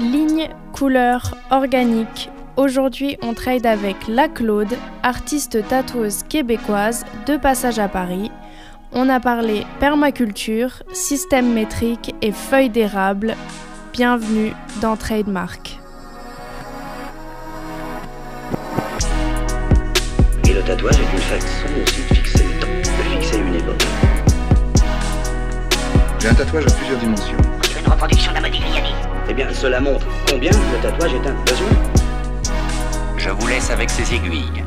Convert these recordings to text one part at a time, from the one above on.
Ligne, couleur, organique. Aujourd'hui, on trade avec La Claude, artiste tatoueuse québécoise de passage à Paris. On a parlé permaculture, système métrique et feuilles d'érable. Bienvenue dans Trademark. Et le tatouage est une façon aussi de fixer le temps, de fixer une époque. J'ai un tatouage à plusieurs dimensions. C'est une reproduction d'un Modigliani. Eh bien, cela montre combien le tatouage est un besoin. Je vous laisse avec ces aiguilles.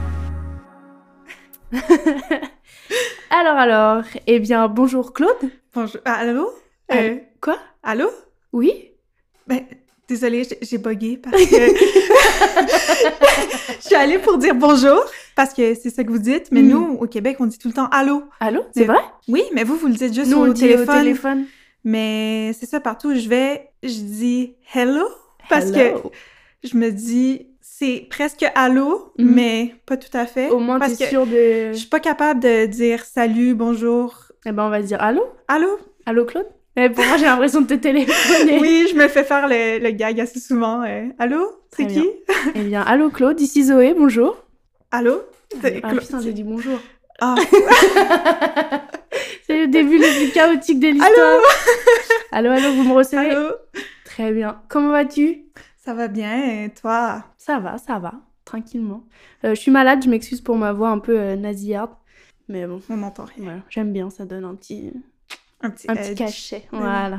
Alors, eh bien, bonjour Claude. Bonjour. Ah, allô? Quoi? Allô? Oui? Ben, désolée, j'ai bugué parce que... Je suis allée pour dire bonjour, parce que c'est ça que vous dites, mais nous, au Québec, on dit tout le temps allô. Allô? C'est vrai? Oui, mais vous le dites juste Nous, on au le dit au téléphone. téléphone. Mais c'est ça, partout où je vais, je dis hello, parce Hello. que je me dis, c'est presque allô, mais pas tout à fait. Au moins, parce t'es que sûre de... je suis pas capable de dire salut, bonjour, Eh ben, on va se dire allô? allô. Allô Claude? Mais pour moi, j'ai l'impression de te téléphoner. Oui, je me fais faire le gag assez souvent. Allô? C'est Très qui? Eh bien, allô Claude, ici Zoé, bonjour. Allô? Ah putain, j'ai dit bonjour. Ah. C'est le début le plus chaotique de l'histoire. Allô, vous me recevez? Allô? Très bien. Comment vas-tu? Ça va bien, et toi? Ça va, tranquillement. Je suis malade, je m'excuse pour ma voix un peu nasillarde. Mais bon, On n'entend rien. voilà, j'aime bien, ça donne un petit edge. cachet. Oui. Voilà.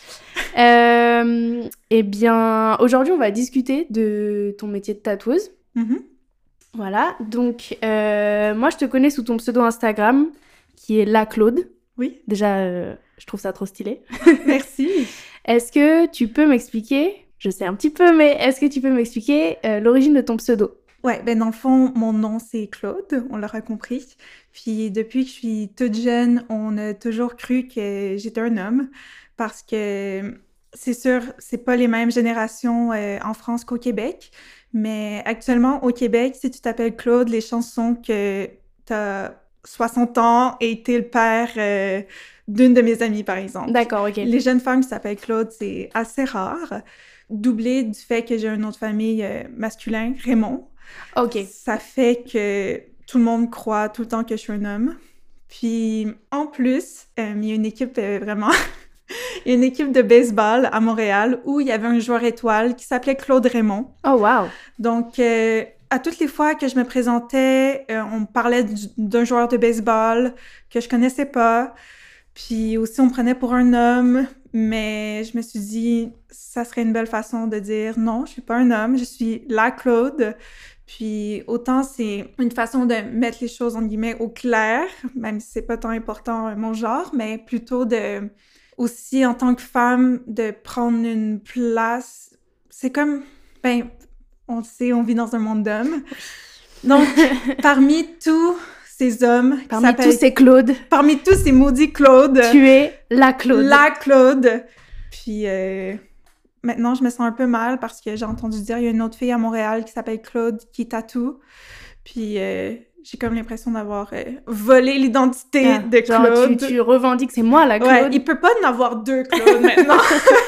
Eh bien, aujourd'hui, on va discuter de ton métier de tatoueuse. Mhm. Voilà, donc moi, je te connais sous ton pseudo Instagram, qui est La Claude. Oui, Déjà, je trouve ça trop stylé. merci. Est-ce que tu peux m'expliquer, je sais un petit peu, mais est-ce que tu peux m'expliquer l'origine de ton pseudo? Ouais, ben dans le fond, mon nom c'est Claude, on l'aura compris. Puis depuis que je suis toute jeune, on a toujours cru que j'étais un homme parce que c'est sûr, c'est pas les mêmes générations en France qu'au Québec, mais actuellement au Québec, si tu t'appelles Claude, les chances sont que t'as 60 ans et t'es le père d'une de mes amies, par exemple. D'accord, ok. Les jeunes femmes qui s'appellent Claude, c'est assez rare. Doublé du fait que j'ai un nom de famille masculin, Raymond. Ok. Ça fait que tout le monde croit tout le temps que je suis un homme. Puis, en plus, il y a une équipe vraiment... Il y a une équipe de baseball à Montréal où il y avait un joueur étoile qui s'appelait Claude Raymond. Oh, wow. Donc, à toutes les fois que je me présentais, on me parlait d'un joueur de baseball que je connaissais pas. Puis aussi, on me prenait pour un homme, mais je me suis dit, ça serait une belle façon de dire non, je suis pas un homme, je suis la Claude. Puis autant c'est une façon de mettre les choses, entre guillemets, au clair, même si c'est pas tant important mon genre, mais plutôt de, aussi en tant que femme, de prendre une place. C'est comme, ben, on le sait, on vit dans un monde d'hommes. Donc, parmi tous ces hommes... Parmi tous ces Claude, Parmi tous ces maudits Claude... tu es La Claude. La Claude. Puis maintenant, je me sens un peu mal parce que j'ai entendu dire qu'il y a une autre fille à Montréal qui s'appelle Claude qui tatoue. Puis j'ai comme l'impression d'avoir volé l'identité de Claude. Genre, tu revendiques, c'est moi la Claude. Ouais, il peut pas en avoir deux Claude maintenant.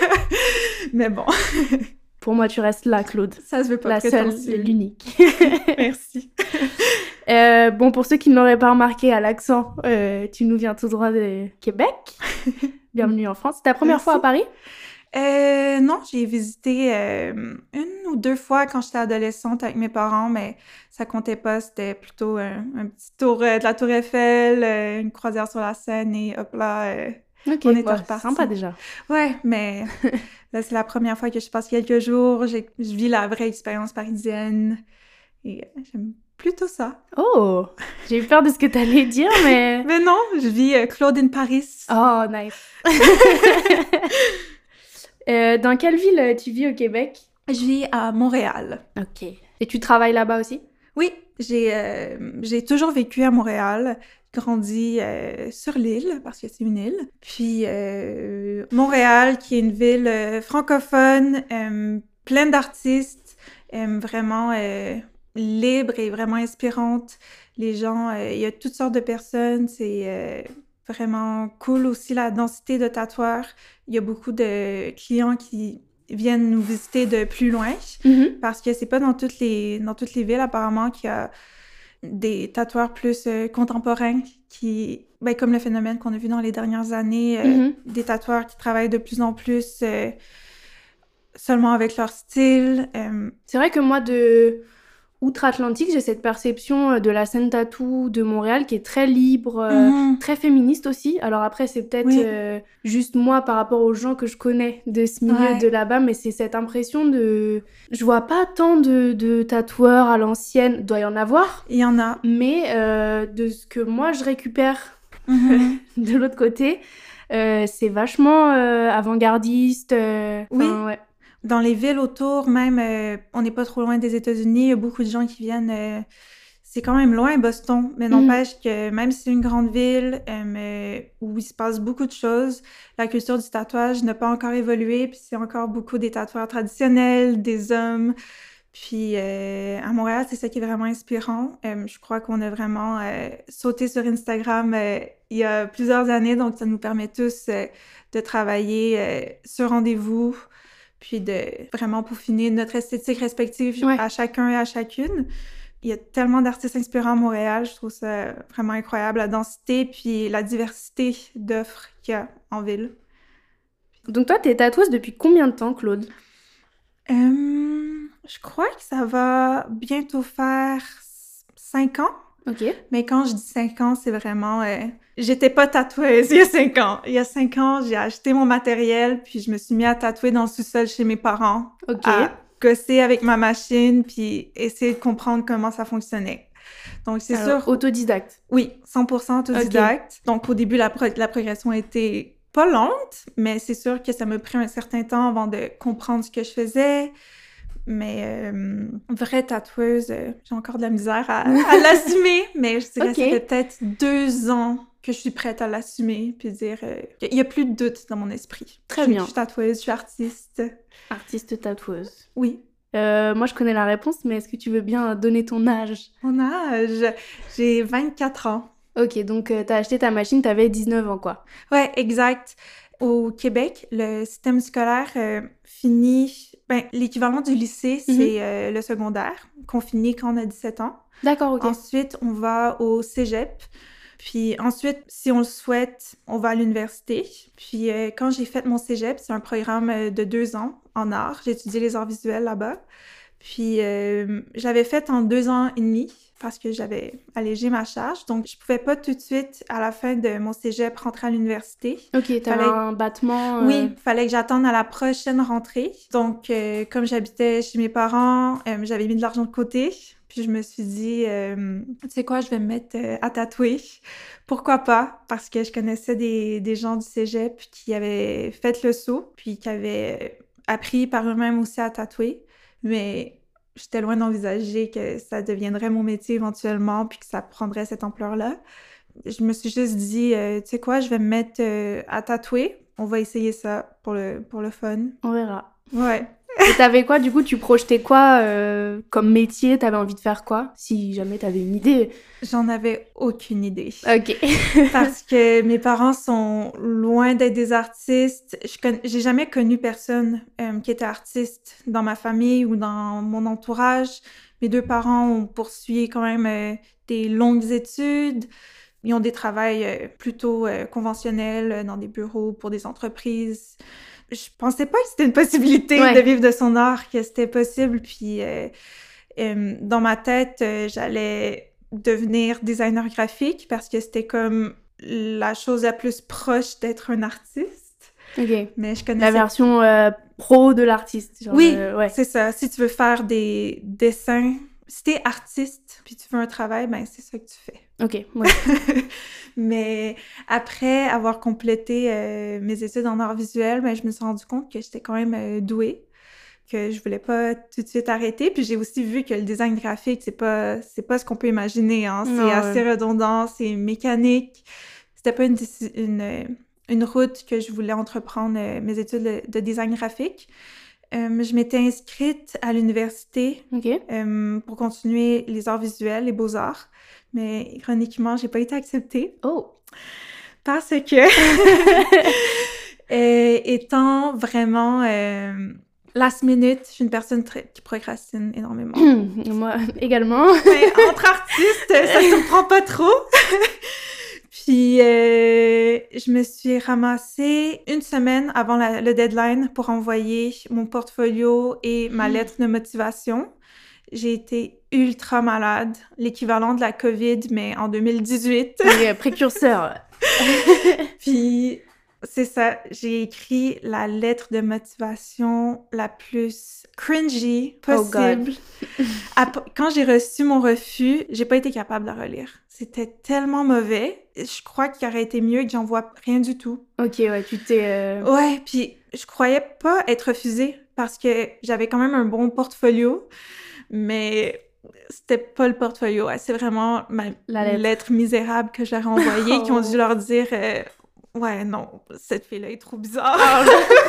Mais bon, Pour moi, tu restes La Claude. ça se veut pas La seule, prétentieux. l'unique. Merci. Bon, pour ceux qui ne l'auraient pas remarqué à l'accent, tu nous viens tout droit de Québec. Bienvenue en France. C'est ta première Merci. fois à Paris? Non, j'ai visité une ou deux fois quand j'étais adolescente avec mes parents, mais ça comptait pas. C'était plutôt un petit tour de la Tour Eiffel, une croisière sur la Seine et hop là, Ok, on était ouais, repartis. sympa déjà. Ouais, mais là, c'est la première fois que je passe quelques jours. Je vis la vraie expérience parisienne et j'aime plutôt ça. Oh, j'ai eu peur de ce que t'allais dire, mais... Mais non, je vis Claude in Paris. Oh, nice. Dans quelle ville tu vis au Québec? Je vis à Montréal. Ok. Et tu travailles là-bas aussi? Oui, j'ai toujours vécu à Montréal, grandi sur l'île, parce que c'est une île. Puis Montréal, qui est une ville francophone, pleine d'artistes, vraiment libre et vraiment inspirante. Les gens, il y a toutes sortes de personnes, c'est vraiment cool aussi la densité de tatoueurs. Il y a beaucoup de clients qui viennent nous visiter de plus loin, parce que c'est pas dans toutes les villes, apparemment, qu'il y a des tatoueurs plus contemporains qui... Ben, comme le phénomène qu'on a vu dans les dernières années, des tatoueurs qui travaillent de plus en plus seulement avec leur style. C'est vrai que moi, de outre-Atlantique, j'ai cette perception de la scène tatou de Montréal qui est très libre, très féministe aussi. Alors après, c'est peut-être juste moi par rapport aux gens que je connais de ce milieu de là-bas, mais c'est cette impression de... Je vois pas tant de tatoueurs à l'ancienne. Il doit y en avoir. Il y en a. Mais de ce que moi, je récupère de l'autre côté, c'est vachement avant-gardiste. Oui. Ouais. Dans les villes autour, même, on n'est pas trop loin des États-Unis, il y a beaucoup de gens qui viennent... c'est quand même loin, Boston, mais n'empêche que même si c'est une grande ville où il se passe beaucoup de choses, la culture du tatouage n'a pas encore évolué, puis c'est encore beaucoup des tatoueurs traditionnels, des hommes. Puis à Montréal, c'est ça qui est vraiment inspirant. Je crois qu'on a vraiment sauté sur Instagram il y a plusieurs années, donc ça nous permet tous de travailler sur rendez-vous, puis de vraiment peaufiner notre esthétique respective à chacun et à chacune. Il y a tellement d'artistes inspirants à Montréal, je trouve ça vraiment incroyable, la densité puis la diversité d'offres qu'il y a en ville. Donc toi, t'es tatoueuse depuis combien de temps, Claude? Je crois que ça va bientôt faire 5 ans. OK. Mais quand je dis 5 ans, c'est vraiment... J'étais pas tatoueuse il y a 5 ans. Il y a 5 ans, j'ai acheté mon matériel, puis je me suis mis à tatouer dans le sous-sol chez mes parents. OK. À gosser avec ma machine, puis essayer de comprendre comment ça fonctionnait. Donc, c'est sûr... Autodidacte. Oui, 100% autodidacte. Okay. Donc, au début, la progression a été pas lente, mais c'est sûr que ça m'a pris un certain temps avant de comprendre ce que je faisais. Mais vraie tatoueuse, j'ai encore de la misère à l'assumer, mais je dirais que ça fait peut-être 2 ans que je suis prête à l'assumer, puis dire qu'il n'y a plus de doute dans mon esprit. Très bien. Je suis tatoueuse, je suis artiste. Artiste tatoueuse. Oui. Moi, je connais la réponse, mais est-ce que tu veux bien donner ton âge? Mon âge? J'ai 24 ans. Ok, donc t'as acheté ta machine, t'avais 19 ans, quoi. Ouais, exact. Au Québec, le système scolaire finit... Ben, l'équivalent du lycée, c'est le secondaire, qu'on finit quand on a 17 ans. D'accord, ok. Ensuite, on va au cégep. Puis ensuite, si on le souhaite, on va à l'université. Puis quand j'ai fait mon cégep, c'est un programme de 2 ans en arts. J'ai étudié les arts visuels là-bas. Puis j'avais fait en 2 ans et demi parce que j'avais allégé ma charge. Donc, je pouvais pas tout de suite, à la fin de mon cégep, rentrer à l'université. Ok, t'avais un battement... Oui, fallait que j'attende à la prochaine rentrée. Donc, comme j'habitais chez mes parents, j'avais mis de l'argent de côté. Puis je me suis dit, tu sais quoi, je vais me mettre à tatouer. Pourquoi pas? Parce que je connaissais des gens du cégep qui avaient fait le saut, puis qui avaient appris par eux-mêmes aussi à tatouer. Mais j'étais loin d'envisager que ça deviendrait mon métier éventuellement, puis que ça prendrait cette ampleur-là. Je me suis juste dit, tu sais quoi, je vais me mettre à tatouer. On va essayer ça pour le fun. On verra. Ouais. Et t'avais quoi, du coup, tu projetais quoi comme métier? T'avais envie de faire quoi? Si jamais t'avais une idée. J'en avais aucune idée. Ok. Parce que mes parents sont loin d'être des artistes. J'ai jamais connu personne qui était artiste dans ma famille ou dans mon entourage. Mes 2 parents ont poursuivi quand même des longues études. Ils ont des travails plutôt conventionnels dans des bureaux pour des entreprises. Je pensais pas que c'était une possibilité de vivre de son art, que c'était possible. Puis dans ma tête, j'allais devenir designer graphique parce que c'était comme la chose la plus proche d'être un artiste. Ok. Mais je connaissais... La version pro de l'artiste. Genre, oui, ouais. C'est ça. Si tu veux faire des dessins, si t'es artiste puis tu veux un travail, ben c'est ça que tu fais. Ok, ouais. Mais après avoir complété mes études en arts visuels, ben, je me suis rendu compte que j'étais quand même douée, que je voulais pas tout de suite arrêter. Puis j'ai aussi vu que le design graphique, c'est pas ce qu'on peut imaginer, hein. C'est assez redondant, c'est mécanique. C'était pas une route que je voulais entreprendre mes études de design graphique. Je m'étais inscrite à l'université pour continuer les arts visuels, les beaux-arts. Mais ironiquement, j'ai pas été acceptée. Oh! Parce que, étant vraiment last minute. Je suis une personne qui procrastine énormément. Moi également. Mais entre artistes, ça ne surprend pas trop. Puis, je me suis ramassée une semaine avant le deadline pour envoyer mon portfolio et ma lettre de motivation. J'ai été ultra malade, l'équivalent de la COVID, mais en 2018. Et, précurseur. Puis, c'est ça, j'ai écrit la lettre de motivation la plus cringy possible. Quand j'ai reçu mon refus, j'ai pas été capable de la relire. C'était tellement mauvais. Je crois qu'il aurait été mieux que j'envoie rien du tout. Ok, ouais, tu t'es... Ouais, puis je croyais pas être refusée parce que j'avais quand même un bon portfolio, mais c'était pas le portfolio. Ouais, c'est vraiment la lettre misérable que j'aurais envoyée qui ont dû leur dire ouais, non, cette fille-là est trop bizarre.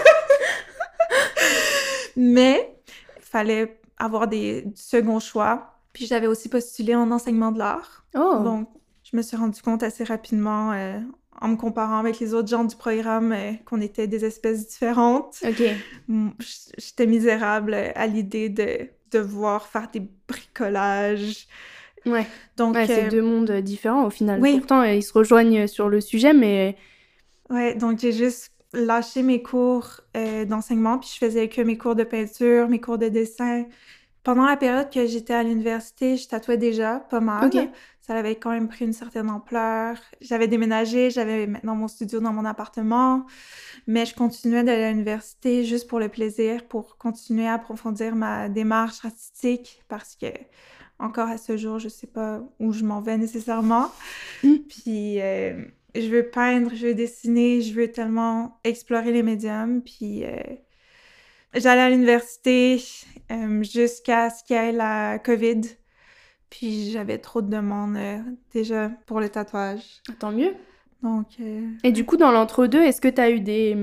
Mais il fallait avoir du second choix. Puis j'avais aussi postulé en enseignement de l'art. Oh! Donc, je me suis rendu compte assez rapidement, en me comparant avec les autres gens du programme, qu'on était des espèces différentes. OK. J'étais misérable à l'idée de devoir faire des bricolages. Ouais. Donc, ouais, c'est deux mondes différents au final. Oui. Pourtant, ils se rejoignent sur le sujet, mais... Ouais, donc j'ai juste lâché mes cours d'enseignement, puis je faisais que mes cours de peinture, mes cours de dessin. Pendant la période que j'étais à l'université, je tatouais déjà pas mal. OK. Ça avait quand même pris une certaine ampleur. J'avais déménagé, j'avais maintenant mon studio dans mon appartement, mais je continuais d'aller à l'université juste pour le plaisir, pour continuer à approfondir ma démarche artistique, parce que, encore à ce jour, je sais pas où je m'en vais nécessairement. Puis... je veux peindre, je veux dessiner, je veux tellement explorer les médiums. Puis j'allais à l'université jusqu'à ce qu'il y ait la COVID. Puis j'avais trop de demandes déjà pour le tatouage. Tant mieux. Donc... Et du coup, dans l'entre-deux, est-ce que t'as eu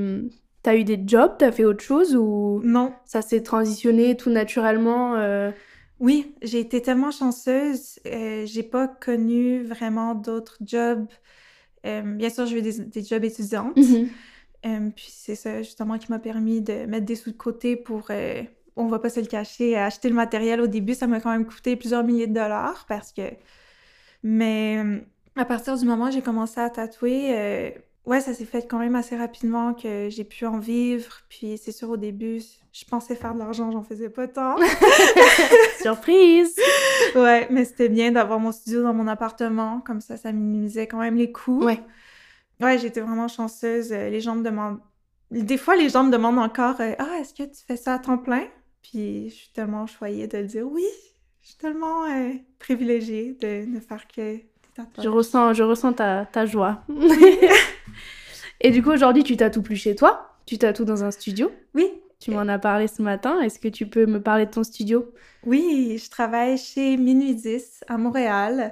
des jobs, t'as fait autre chose ou... Non. Ça s'est transitionné tout naturellement Oui, j'ai été tellement chanceuse. J'ai pas connu vraiment d'autres jobs. Bien sûr, j'ai eu des jobs étudiantes. Puis c'est ça, justement, qui m'a permis de mettre des sous de côté pour, on va pas se le cacher, acheter le matériel. Au début, ça m'a quand même coûté plusieurs milliers de dollars parce que... Mais à partir du moment où j'ai commencé à tatouer, ouais, ça s'est fait quand même assez rapidement que j'ai pu en vivre. Puis c'est sûr, au début, je pensais faire de l'argent, j'en faisais pas tant. Surprise! Ouais, mais c'était bien d'avoir mon studio dans mon appartement. Comme ça minimisait quand même les coûts. Ouais. Ouais, j'étais vraiment chanceuse. Les gens me demandent... Des fois, les gens me demandent encore « Ah, est-ce que tu fais ça à temps plein? » Puis je suis tellement choyée de le dire « Oui! » Je suis tellement privilégiée de ne faire que des tatouages. Je ressens ta joie. Et du coup, aujourd'hui, tu tatoues plus chez toi? Tu tatoues dans un studio? Oui. Tu m'en as parlé ce matin. Est-ce que tu peux me parler de ton studio? Oui, je travaille chez Minuit 10 à Montréal.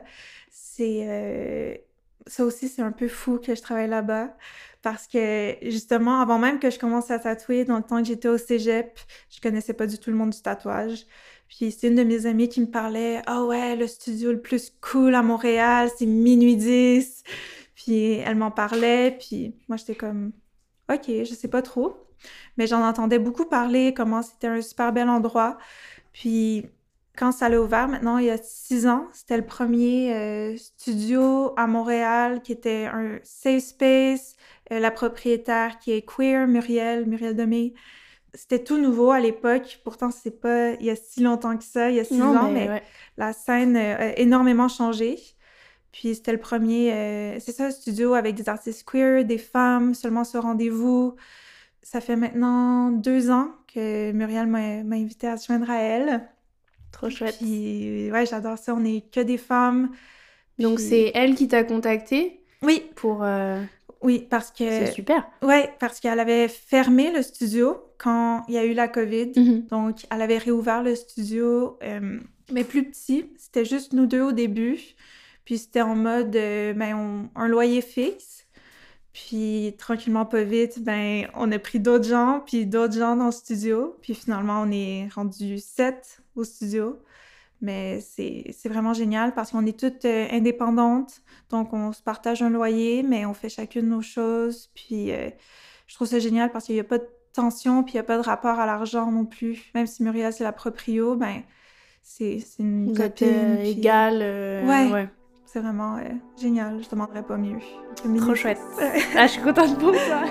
Ça aussi, c'est un peu fou que je travaille là-bas parce que, justement, avant même que je commence à tatouer, dans le temps que j'étais au cégep, je connaissais pas du tout le monde du tatouage. Puis c'est une de mes amies qui me parlait « Ah ouais, le studio le plus cool à Montréal, c'est Minuit 10. » Puis elle m'en parlait, puis moi, j'étais comme « Ok, je sais pas trop. » Mais j'en entendais beaucoup parler, comment c'était un super bel endroit. Puis quand ça l'a ouvert, maintenant, il y a 6 ans, c'était le premier studio à Montréal qui était un safe space. La propriétaire qui est queer, Muriel Demé. C'était tout nouveau à l'époque. Pourtant, c'est pas il y a si longtemps que ça, il y a 6 ans, mais ouais. La scène a énormément changé. Puis c'était le premier, c'est ça, un studio avec des artistes queer, des femmes, seulement sur rendez-vous. Ça fait maintenant 2 ans que Muriel m'a invitée à se joindre à elle. Trop chouette. Puis ouais, j'adore ça, on n'est que des femmes. Donc puis... c'est elle qui t'a contactée? Oui. Pour... Oui, parce que... C'est super. Ouais, parce qu'elle avait fermé le studio quand il y a eu la COVID. Donc, elle avait réouvert le studio, mais plus petit. C'était juste nous deux au début. Puis c'était en mode, un loyer fixe. Puis tranquillement, pas vite, on a pris d'autres gens dans le studio. Puis finalement, on est rendu 7 au studio. Mais c'est vraiment génial parce qu'on est toutes indépendantes. Donc, on se partage un loyer, mais on fait chacune nos choses. Puis, je trouve ça génial parce qu'il n'y a pas tension, puis il n'y a pas de rapport à l'argent non plus. Même si Muriel, c'est la proprio, ben, c'est une Vous êtes copine. puis égal. Ouais. C'est vraiment génial. Je ne demanderais pas mieux. Trop chouette. Ah, je suis contente pour toi.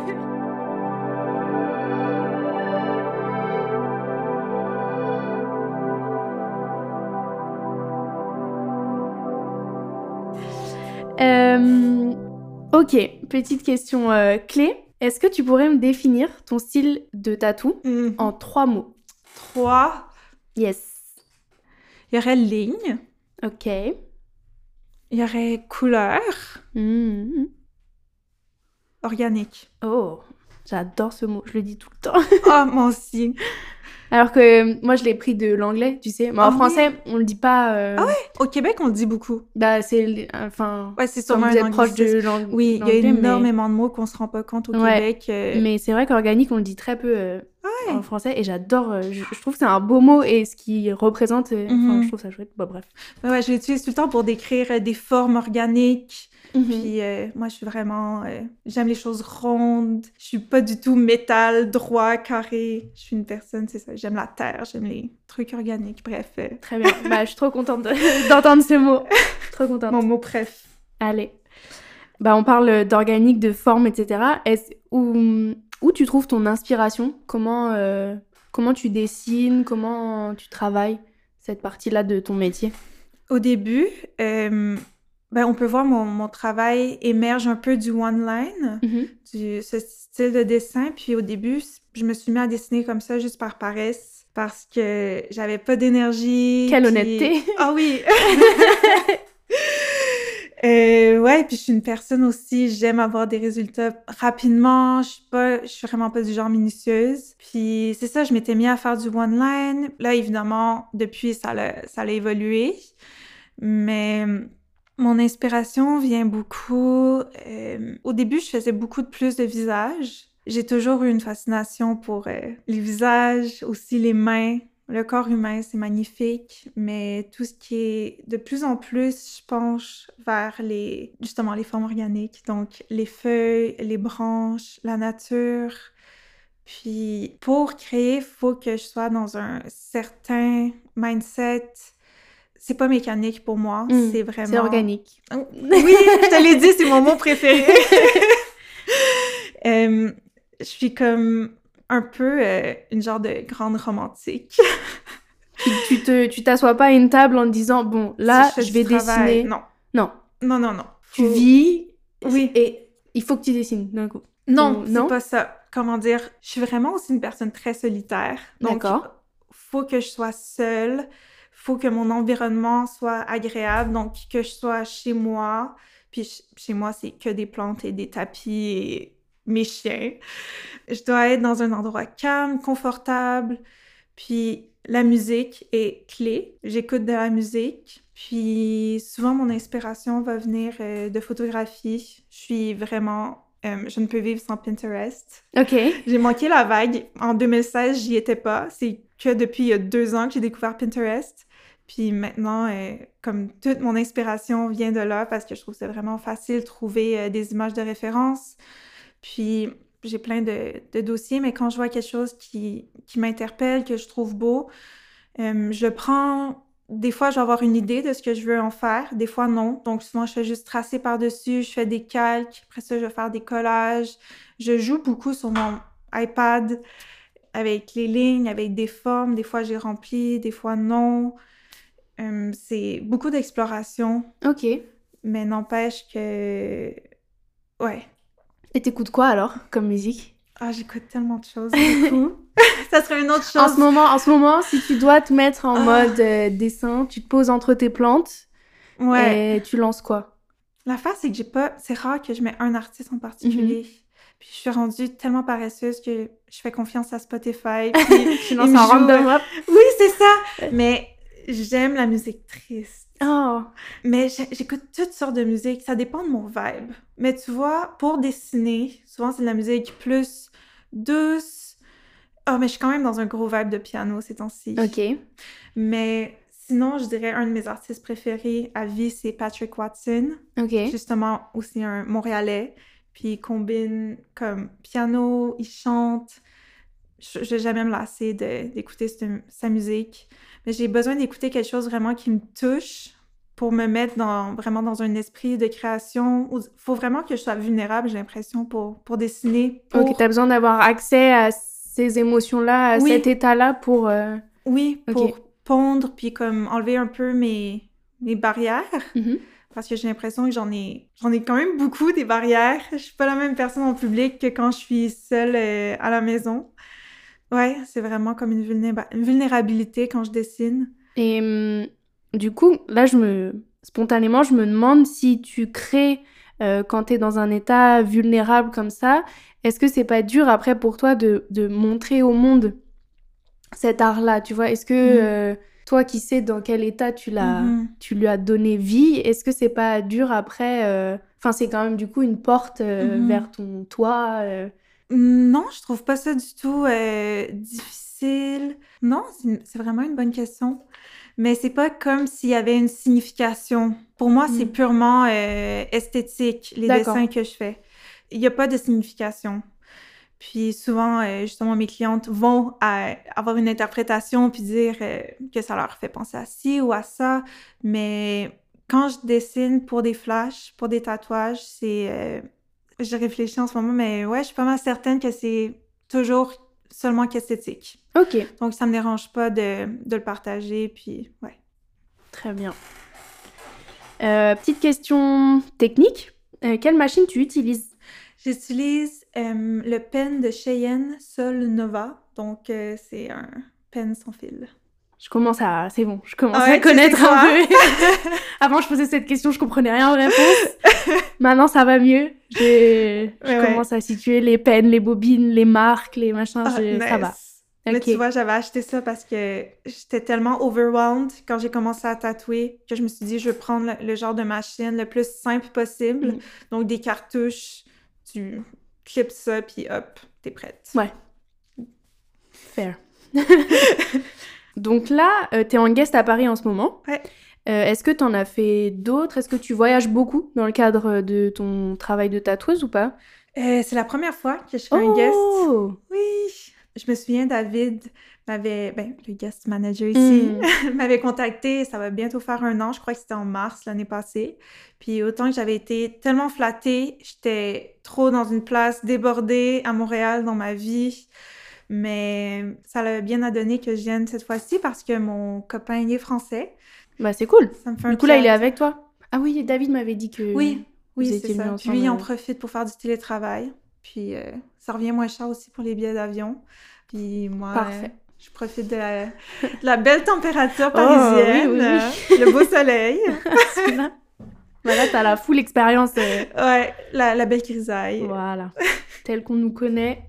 Ok, petite question clé. Est-ce que tu pourrais me définir ton style de tatou en 3 mots? 3. Yes. Il y aurait ligne. Ok. Il y aurait couleur. Organique. Oh, j'adore ce mot, je le dis tout le temps. Ah, moi aussi. Alors que moi, je l'ai pris de l'anglais, tu sais. Mais en français, on le dit pas... Ah ouais? Au Québec, on le dit beaucoup. Bah, c'est... Enfin... Ouais, c'est Comme sûrement vous êtes un proche de anglicisme. Oui, il y a énormément de mots qu'on se rend pas compte au Québec. Mais c'est vrai qu'organique, on le dit très peu en français. Et j'adore... je trouve que c'est un beau mot et ce qui représente... Enfin, je trouve ça chouette. Bon, bref. Ouais, je l'utilise tout le temps pour décrire des formes organiques. Puis moi, je suis vraiment... j'aime les choses rondes. Je suis pas du tout métal, droit, carré. Je suis une personne, c'est ça. J'aime la terre, j'aime les trucs organiques. Bref. Très bien. Bah, je suis trop contente d'entendre ce mot. Trop contente. Mon mot préf. Allez. Bah, on parle d'organique, de forme, etc. Où tu trouves ton inspiration? Comment tu dessines? Comment tu travailles cette partie-là de ton métier? Au début... on peut voir mon travail émerge un peu du one-line, ce style de dessin. Puis au début, je me suis mis à dessiner comme ça juste par paresse parce que j'avais pas d'énergie. Quelle honnêteté! Ah oui! Ouais, puis je suis une personne aussi, j'aime avoir des résultats rapidement. Je suis vraiment pas du genre minutieuse. Puis c'est ça, je m'étais mis à faire du one-line. Là, évidemment, depuis, ça a évolué. Mais... mon inspiration vient beaucoup... au début, je faisais beaucoup plus de visages. J'ai toujours eu une fascination pour les visages, aussi les mains. Le corps humain, c'est magnifique, mais tout ce qui est de plus en plus, je penche vers justement les formes organiques. Donc, les feuilles, les branches, la nature. Puis, pour créer, il faut que je sois dans un certain mindset. C'est pas mécanique pour moi, c'est vraiment... C'est organique. Oui, je te l'ai dit, c'est mon mot préféré. Je suis comme un peu une genre de grande romantique. Tu t'assois pas à une table en te disant, bon, là, Si je vais dessiner. Non. Non. Non. Tu vis Oui. Et il faut que tu dessines d'un coup. Non, non? c'est pas ça. Comment dire? Je suis vraiment aussi une personne très solitaire. Donc, faut que je sois seule. Faut que mon environnement soit agréable, donc que je sois chez moi. Puis chez moi, c'est que des plantes et des tapis et mes chiens. Je dois être dans un endroit calme, confortable. Puis la musique est clé. J'écoute de la musique. Puis souvent, mon inspiration va venir de photographie. Je suis vraiment... je ne peux vivre sans Pinterest. OK. J'ai manqué la vague. En 2016, j'y étais pas. C'est que depuis 2 ans que j'ai découvert Pinterest. Puis maintenant, comme toute mon inspiration vient de là parce que je trouve que c'est vraiment facile de trouver des images de référence. Puis j'ai plein de dossiers, mais quand je vois quelque chose qui m'interpelle, que je trouve beau, je prends... Des fois, je vais avoir une idée de ce que je veux en faire. Des fois, non. Donc souvent, je fais juste tracer par-dessus. Je fais des calques. Après ça, je vais faire des collages. Je joue beaucoup sur mon iPad avec les lignes, avec des formes. Des fois, j'ai rempli, des fois, non. C'est beaucoup d'exploration. OK. Mais n'empêche que... Ouais. Et t'écoutes quoi alors, comme musique? Ah, j'écoute tellement de choses, du coup. Ça serait une autre chose. En ce moment, si tu dois te mettre en mode dessin, tu te poses entre tes plantes et tu lances quoi? L'affaire, c'est que c'est rare que je mets un artiste en particulier. Puis je suis rendue tellement paresseuse que je fais confiance à Spotify. Puis tu lances en random up. Oui, c'est ça! Mais j'aime la musique triste. Oh. Mais j'écoute toutes sortes de musique. Ça dépend de mon vibe. Mais tu vois, pour dessiner, souvent c'est de la musique plus douce. Oh, mais je suis quand même dans un gros vibe de piano ces temps-ci. OK. Mais sinon, je dirais un de mes artistes préférés à vie, c'est Patrick Watson. OK. Justement, aussi un Montréalais. Puis il combine comme piano, il chante. je vais jamais me lasser d'écouter sa musique. Mais j'ai besoin d'écouter quelque chose vraiment qui me touche pour me mettre vraiment dans un esprit de création. Il faut vraiment que je sois vulnérable, j'ai l'impression, pour dessiner. Ok, t'as besoin d'avoir accès à ces émotions-là, à cet état-là pour... Oui, pour pondre, puis comme enlever un peu mes barrières. Mm-hmm. Parce que j'ai l'impression que j'en ai quand même beaucoup, des barrières. Je suis pas la même personne en public que quand je suis seule à la maison. Ouais, c'est vraiment comme une vulnérabilité quand je dessine. Et du coup, là, spontanément, je me demande si tu crées quand t'es dans un état vulnérable comme ça, est-ce que c'est pas dur après pour toi de montrer au monde cet art-là, tu vois? Est-ce que toi qui sais dans quel état tu lui as donné vie, est-ce que c'est pas dur après? Enfin, c'est quand même du coup une porte vers ton toit. Non, je trouve pas ça du tout difficile. Non, c'est vraiment une bonne question. Mais c'est pas comme s'il y avait une signification. Pour moi, c'est purement esthétique, les dessins que je fais. Il y a pas de signification. Puis souvent, justement, mes clientes vont avoir une interprétation puis dire que ça leur fait penser à ci ou à ça. Mais quand je dessine pour des flashs, pour des tatouages, je réfléchis en ce moment, mais ouais, je suis pas mal certaine que c'est toujours seulement qu'esthétique. Ok. Donc, ça me dérange pas de le partager, puis ouais. Très bien. Petite question technique. Quelle machine tu utilises? J'utilise le pen de Cheyenne Sol Nova. Donc, c'est un pen sans fil. Je commence à connaître un peu. Avant, je posais cette question, je comprenais rien aux réponses. Maintenant, ça va mieux. Je commence à situer les pens, les bobines, les marques, les machins. Nice. Ça va. Mais tu vois, j'avais acheté ça parce que j'étais tellement overwhelmed quand j'ai commencé à tatouer que je me suis dit, je vais prendre le genre de machine le plus simple possible. Donc, des cartouches, tu clips ça, puis hop, t'es prête. Ouais. Fair. Donc là, t'es en guest à Paris en ce moment. Ouais. Est-ce que t'en as fait d'autres? Est-ce que tu voyages beaucoup dans le cadre de ton travail de tatoueuse ou pas? C'est la première fois que je fais un guest. Oui! Je me souviens, David le guest manager ici, m'avait contacté, ça va bientôt faire 1 an, je crois que c'était en mars l'année passée. Puis autant que j'avais été tellement flattée, j'étais trop dans une place débordée à Montréal dans ma vie. Mais ça l'a bien à donner que je vienne cette fois-ci parce que mon copain il est français. Bah c'est cool. Ça me fait du coup là il est avec toi? Ah oui, David m'avait dit que oui c'est ça. Ensemble, puis il en profite pour faire du télétravail. Puis ça revient moins cher aussi pour les billets d'avion. Puis moi, je profite de la belle température parisienne, oui. Le beau soleil. Voilà, t'as la full expérience. Ouais, la belle grisaille. Voilà, telle qu'on nous connaît.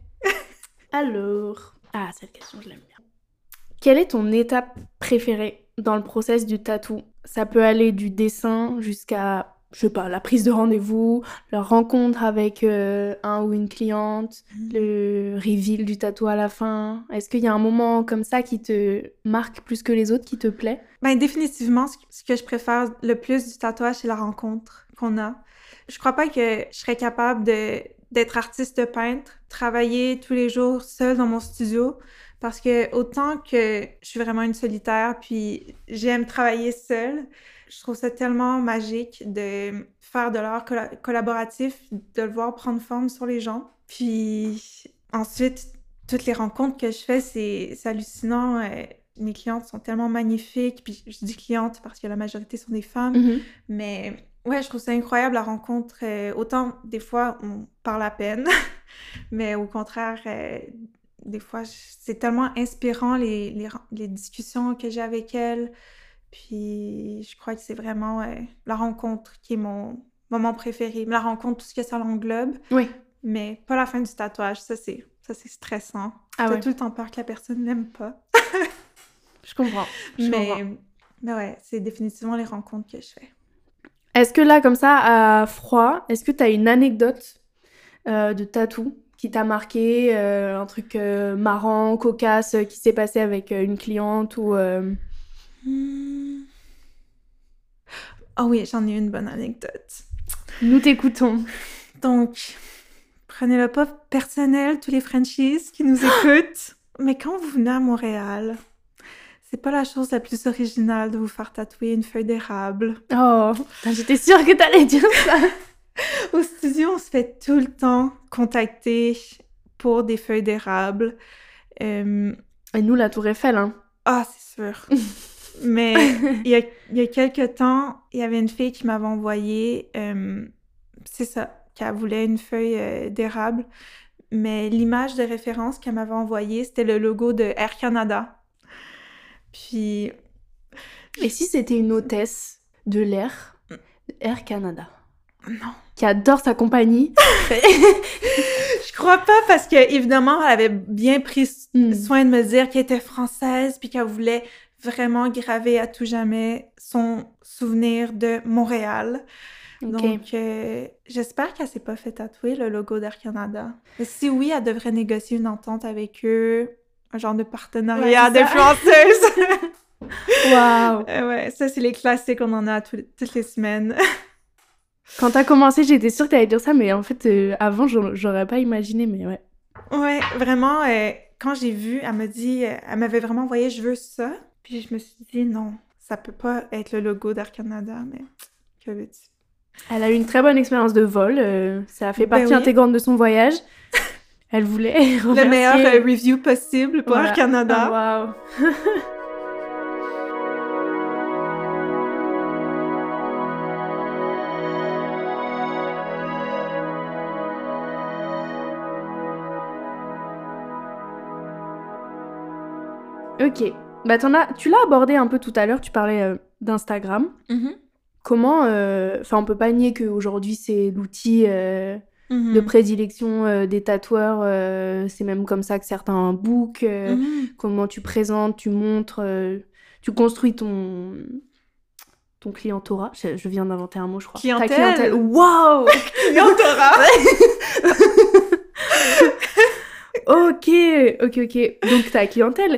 Alors, cette question, je l'aime bien. Quelle est ton étape préférée dans le process du tatou? Ça peut aller du dessin jusqu'à, je sais pas, la prise de rendez-vous, la rencontre avec un ou une cliente, le reveal du tatou à la fin. Est-ce qu'il y a un moment comme ça qui te marque plus que les autres, qui te plaît? Ben définitivement, ce que je préfère le plus du tatouage, c'est la rencontre qu'on a. Je crois pas que je serais capable d'être artiste peintre, travailler tous les jours seule dans mon studio, parce que autant que je suis vraiment une solitaire, puis j'aime travailler seule, je trouve ça tellement magique de faire de l'art collaboratif, de le voir prendre forme sur les gens. Puis ensuite, toutes les rencontres que je fais, c'est hallucinant. Mes clientes sont tellement magnifiques, puis je dis clientes parce que la majorité sont des femmes, mais ouais, je trouve ça incroyable la rencontre. Autant des fois on parle à peine, mais au contraire, des fois c'est tellement inspirant les discussions que j'ai avec elles. Puis je crois que c'est vraiment la rencontre qui est mon moment préféré. La rencontre, tout ce que ça l'englobe. Oui. Mais pas la fin du tatouage, ça c'est stressant. T'as tout le temps peur que la personne n'aime pas. Je comprends. Mais ouais, c'est définitivement les rencontres que je fais. Est-ce que là, comme ça, à froid, est-ce que tu as une anecdote de tatou qui t'a marqué, un truc marrant, cocasse, qui s'est passé avec une cliente ou... Oh oui, j'en ai une bonne anecdote. Nous t'écoutons. Donc, prenez-le pas personnel, tous les Frenchies qui nous écoutent. Mais quand vous venez à Montréal, c'est pas la chose la plus originale de vous faire tatouer une feuille d'érable. Oh, putain, j'étais sûre que t'allais dire ça. Au studio, on se fait tout le temps contacter pour des feuilles d'érable. Et nous, la Tour Eiffel, hein. Ah, c'est sûr. Mais il y a quelques temps, il y avait une fille qui m'avait envoyé, c'est ça, qu'elle voulait une feuille d'érable. Mais l'image de référence qu'elle m'avait envoyée, c'était le logo de Air Canada. Puis... Et si c'était une hôtesse de l'air, Air Canada, Non. qui adore sa compagnie. Je crois pas parce que évidemment elle avait bien pris soin de me dire qu'elle était française puis qu'elle voulait vraiment graver à tout jamais son souvenir de Montréal. Ok. Donc j'espère qu'elle s'est pas fait tatouer le logo d'Air Canada. Mais si oui, elle devrait négocier une entente avec eux, un genre de partenariat d'influenceuse. Waouh. Ouais, ça c'est les classiques, on en a toutes les semaines. Quand t'as commencé, j'étais sûre que t'allais dire ça, mais en fait, avant, j'aurais pas imaginé, mais ouais. Ouais, vraiment, quand j'ai vu, elle m'avait vraiment envoyé « je veux ça », puis je me suis dit « non, ça peut pas être le logo d'Air Canada », mais que veux-tu? Elle a eu une très bonne expérience de vol, ça a fait partie oui. intégrante de son voyage. Elle voulait remercier... Le meilleur review possible pour Air Canada. Waouh. Ok, bah tu l'as abordé un peu tout à l'heure, tu parlais d'Instagram. Mm-hmm. Comment, on peut pas nier qu'aujourd'hui c'est l'outil de prédilection des tatoueurs, c'est même comme ça que certains bookent, comment tu présentes, tu montres, tu construis ton clientorat. Je viens d'inventer un mot, je crois. Clientèle. Ta clientèle. Waouh. Clientorat. Ok. Donc ta clientèle.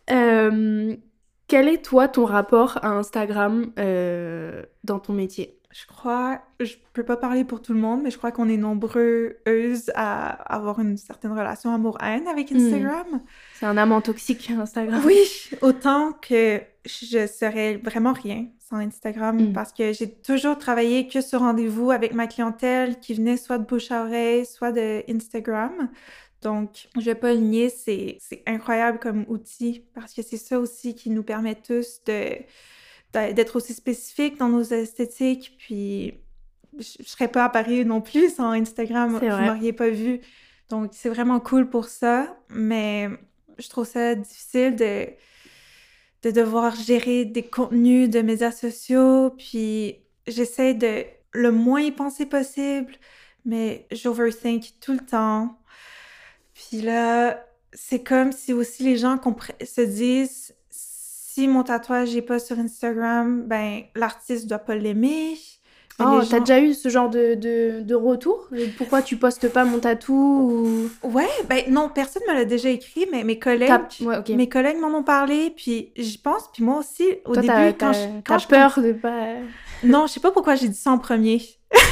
Quel est, toi, ton rapport à Instagram dans ton métier? Je peux pas parler pour tout le monde, mais je crois qu'on est nombreuses à avoir une certaine relation amour-haine avec Instagram. C'est un amant toxique, Instagram. Oui, autant que je serais vraiment rien sans Instagram, parce que j'ai toujours travaillé que sur rendez-vous avec ma clientèle qui venait soit de bouche à oreille, soit de Instagram. Donc, je vais pas le nier, c'est incroyable comme outil, parce que c'est ça aussi qui nous permet tous d'être aussi spécifiques dans nos esthétiques, puis je serais pas à Paris non plus sans Instagram, vous m'auriez pas vu. Donc, c'est vraiment cool pour ça, mais je trouve ça difficile de devoir gérer des contenus de médias sociaux, puis j'essaie de le moins y penser possible, mais j'overthink tout le temps. Puis là, c'est comme si aussi les gens se disent, si mon tatouage n'est pas sur Instagram, ben l'artiste doit pas l'aimer. Oh, t'as déjà eu ce genre de retour? Pourquoi tu postes pas mon tatou Ouais, ben non, personne me l'a déjà écrit, mais mes collègues m'en ont parlé, puis j'y pense, puis moi aussi, au début, quand t'as peur de pas... Non, je sais pas pourquoi j'ai dit ça en premier.